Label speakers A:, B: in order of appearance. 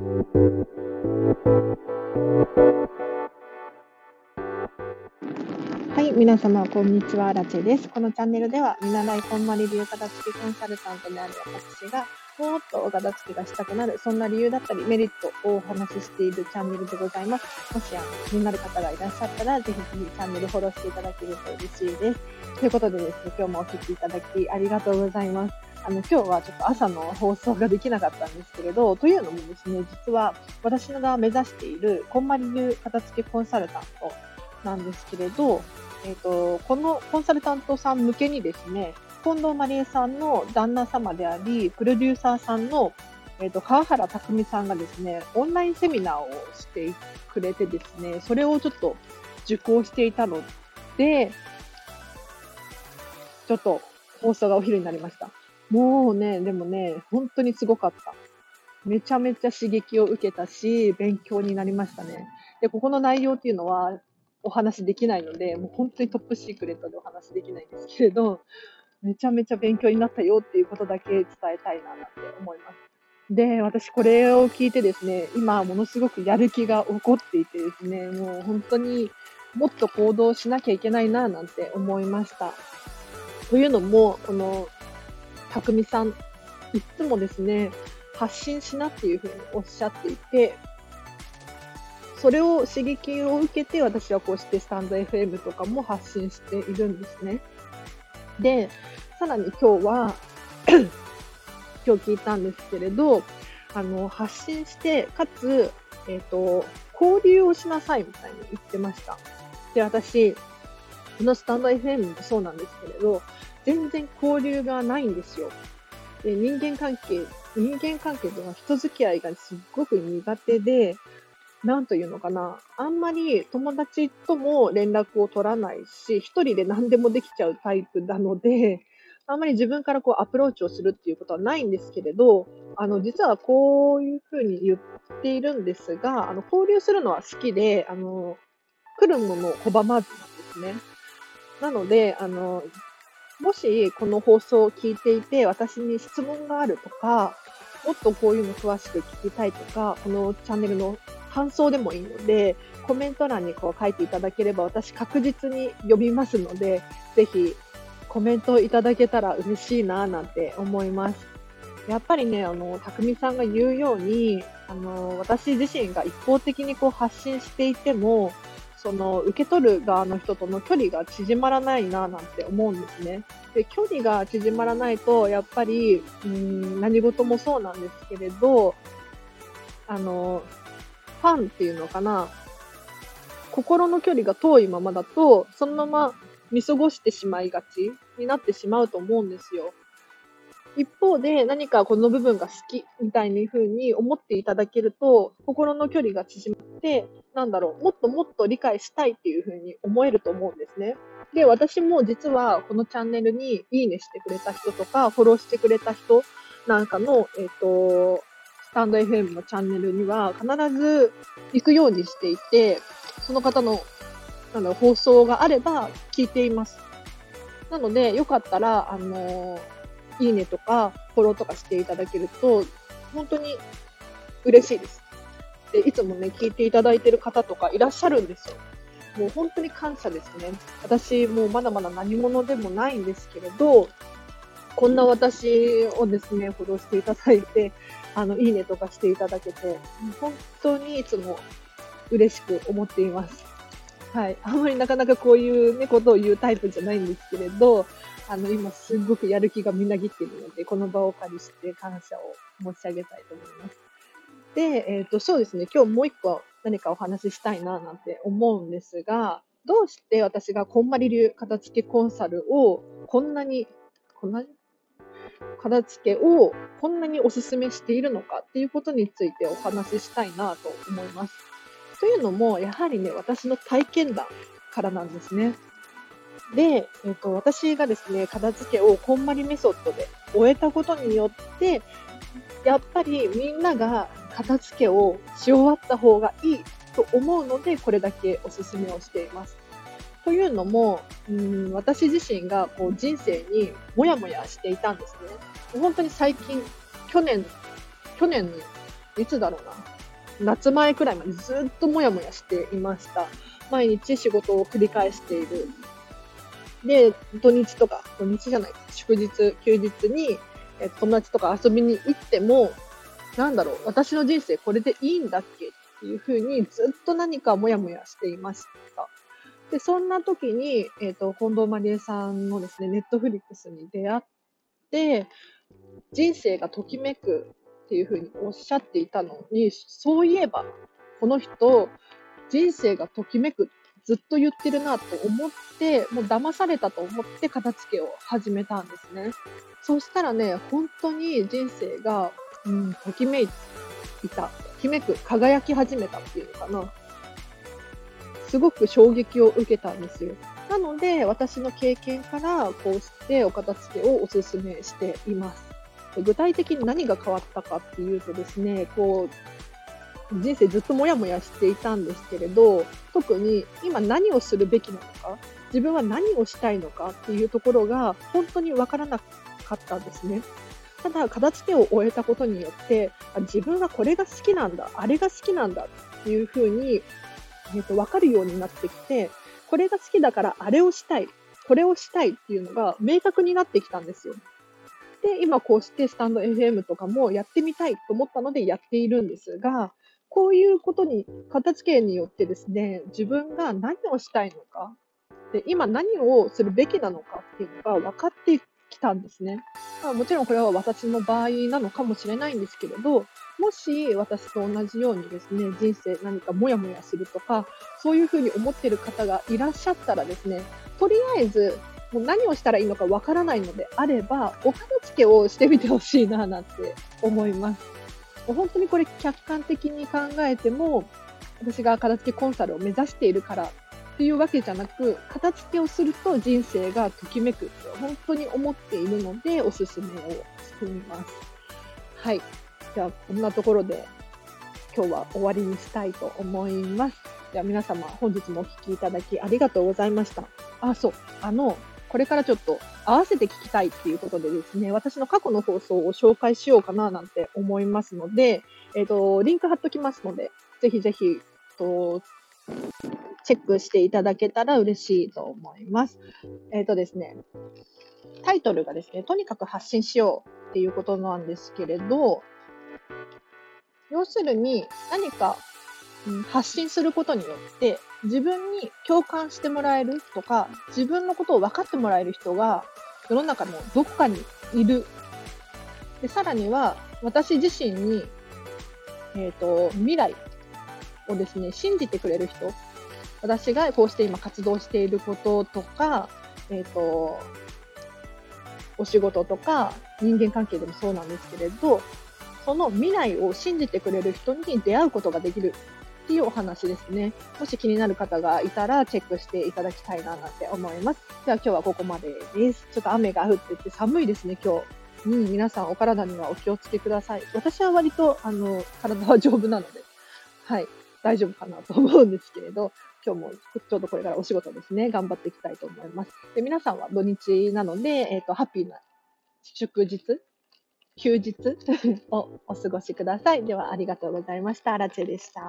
A: はい、皆様こんにちは、ラチェです。このチャンネルでは見習いこんまり流片付けコンサルタントである私がもっとお片付けがしたくなる、そんな理由だったりメリットをお話ししているチャンネルでございます。もし気になる方がいらっしゃったら、ぜひぜひチャンネルフォローしていただけると嬉しいです。ということでですね、今日もお聞きいただきありがとうございます。今日はちょっと朝の放送ができなかったんですけれど、というのもですね、実は私が目指しているこんまり流片付けコンサルタントなんですけれど、このコンサルタントさん向けにですね、近藤まりえさんの旦那様であり、プロデューサーさんの、川原拓さんがですね、オンラインセミナーをしてくれてですね、それをちょっと受講していたので、ちょっと放送がお昼になりました。もうね、でもね、本当にすごかった。めちゃめちゃ刺激を受けたし、勉強になりましたね。で、ここの内容っていうのはお話できないので、もう本当にトップシークレットでお話できないんですけれど、めちゃめちゃ勉強になったよっていうことだけ伝えたいなって思います。で、私これを聞いてですね、今ものすごくやる気が起こっていてですね、もう本当にもっと行動しなきゃいけないななんて思いました。というのも、この匠さん、いつもですね、発信しなっていうふうにおっしゃっていて、それを刺激を受けて私はこうしてスタンド FM とかも発信しているんですね。で、さらに今日は今日聞いたんですけれど、発信して、かつ、交流をしなさいみたいに言ってました。で、私、このスタンド FM もそうなんですけれど、全然交流がないんですよ。で、人間関係とか人付き合いがすっごく苦手で、なんというのかな、あんまり友達とも連絡を取らないし、一人で何でもできちゃうタイプなので、あんまり自分からこうアプローチをするっていうことはないんですけれど、実はこういうふうに言っているんですが、交流するのは好きで、来るものを拒まずなんですね。なので、もしこの放送を聞いていて、私に質問があるとか、もっとこういうの詳しく聞きたいとか、このチャンネルの感想でもいいので、コメント欄にこう書いていただければ、私確実に読みますので、ぜひコメントいただけたら嬉しいななんて思います。やっぱりね、匠さんが言うように、私自身が一方的にこう発信していても、その受け取る側の人との距離が縮まらないななんて思うんですね。で、距離が縮まらないと、やっぱり、何事もそうなんですけれど、ファンっていうのかな、心の距離が遠いままだと、そのまま見過ごしてしまいがちになってしまうと思うんですよ。一方で、何かこの部分が好きみたいに風に思っていただけると、心の距離が縮まって、もっともっと理解したいっていう風に思えると思うんですね。で、私も実はこのチャンネルにいいねしてくれた人とか、フォローしてくれた人なんかの、スタンド FM のチャンネルには必ず行くようにしていて、その方の放送があれば聞いています。なので、よかったら、いいねとかフォローとかしていただけると、本当に嬉しいです。で、いつもね、聞いていただいている方とかいらっしゃるんですよ。もう本当に感謝ですね。私、もうまだまだ何者でもないんですけれど、こんな私をですね、フォローしていただいて、いいねとかしていただけて、本当にいつも嬉しく思っています。はい。あんまりなかなかこういうね、ことを言うタイプじゃないんですけれど、今すごくやる気がみなぎっているので、この場をお借りして感謝を申し上げたいと思います。で、そうですね、今日もう一個何かお話ししたいななんて思うんですが、どうして私がこんまり流片付けコンサルをこんなに片付けをこんなにお勧めしているのかっていうことについてお話ししたいなと思います。というのも、やはりね、私の体験談からなんですね。で、私がですね、片付けをこんまりメソッドで終えたことによって、やっぱりみんなが片付けをし終わった方がいいと思うので、これだけお勧めをしています。というのも、私自身がこう人生にモヤモヤしていたんですね。本当に最近、去年去年いつだろうな。夏前くらいまでずっともやもやしていました。毎日仕事を繰り返している。で、土日じゃない、祝日、休日に、友達とか遊びに行っても、なんだろう、私の人生これでいいんだっけっていうふうにずっと何かもやもやしていました。で、そんな時に、近藤麻理恵さんのですね、ネットフリックスに出会って、人生がときめくっていうふうにおっしゃっていたのに、そういえば、この人、人生がときめくずっと言ってるなと思って、もう騙されたと思って片付けを始めたんですね。そうしたらね、本当に人生が、ときめいた、ときめく、輝き始めたっていうのかな。すごく衝撃を受けたんですよ。なので、私の経験からこうしてお片付けをお勧めしています。具体的に何が変わったかっていうとですね、人生ずっともやもやしていたんですけれど、特に今何をするべきなのか、自分は何をしたいのかっていうところが本当にわからなかったんですね。ただ、片付けを終えたことによって、自分はこれが好きなんだ、あれが好きなんだっていうふうに、分かるようになってきて、これが好きだからあれをしたい、これをしたいっていうのが明確になってきたんですよ。で、今こうしてスタンド FM とかもやってみたいと思ったのでやっているんですが、こういうことに、片付けによってですね、自分が何をしたいのか、で、今何をするべきなのかっていうのが分かってきたんですね。もちろんこれは私の場合なのかもしれないんですけれど、もし私と同じようにですね、人生何かモヤモヤするとか、そういうふうに思っている方がいらっしゃったらですね、とりあえずもう何をしたらいいのかわからないのであれば、お片付けをしてみてほしいななんて思います。もう本当にこれ客観的に考えても、私が片付けコンサルを目指しているからっていうわけじゃなく、片付けをすると人生がときめくって本当に思っているので、おすすめをしています。はい。じゃあ、こんなところで今日は終わりにしたいと思います。では皆様、本日もお聞きいただきありがとうございました。そう、これからちょっと合わせて聞きたいっていうことでですね、私の過去の放送を紹介しようかななんて思いますので、リンク貼っときますので、ぜひぜひ、チェックしていただけたら嬉しいと思います。ですね、タイトルがですね、とにかく発信しようっていうことなんですけれど、要するに何か発信することによって自分に共感してもらえるとか、自分のことを分かってもらえる人が世の中のどこかにいる。で、さらには私自身に、未来をですね、信じてくれる人、私がこうして今活動していることとか、お仕事とか人間関係でもそうなんですけれど、その未来を信じてくれる人に出会うことができるっていうお話ですね。もし気になる方がいたらチェックしていただきたいななんて思います。では今日はここまでです。ちょっと雨が降ってて寒いですね、今日。皆さんお体にはお気をつけください。私は割と、体は丈夫なので、はい、大丈夫かなと思うんですけれど、今日もちょうどこれからお仕事ですね、頑張っていきたいと思います。で、皆さんは土日なので、ハッピーな祝日休日をお過ごしください。ではありがとうございました。アラチェでした。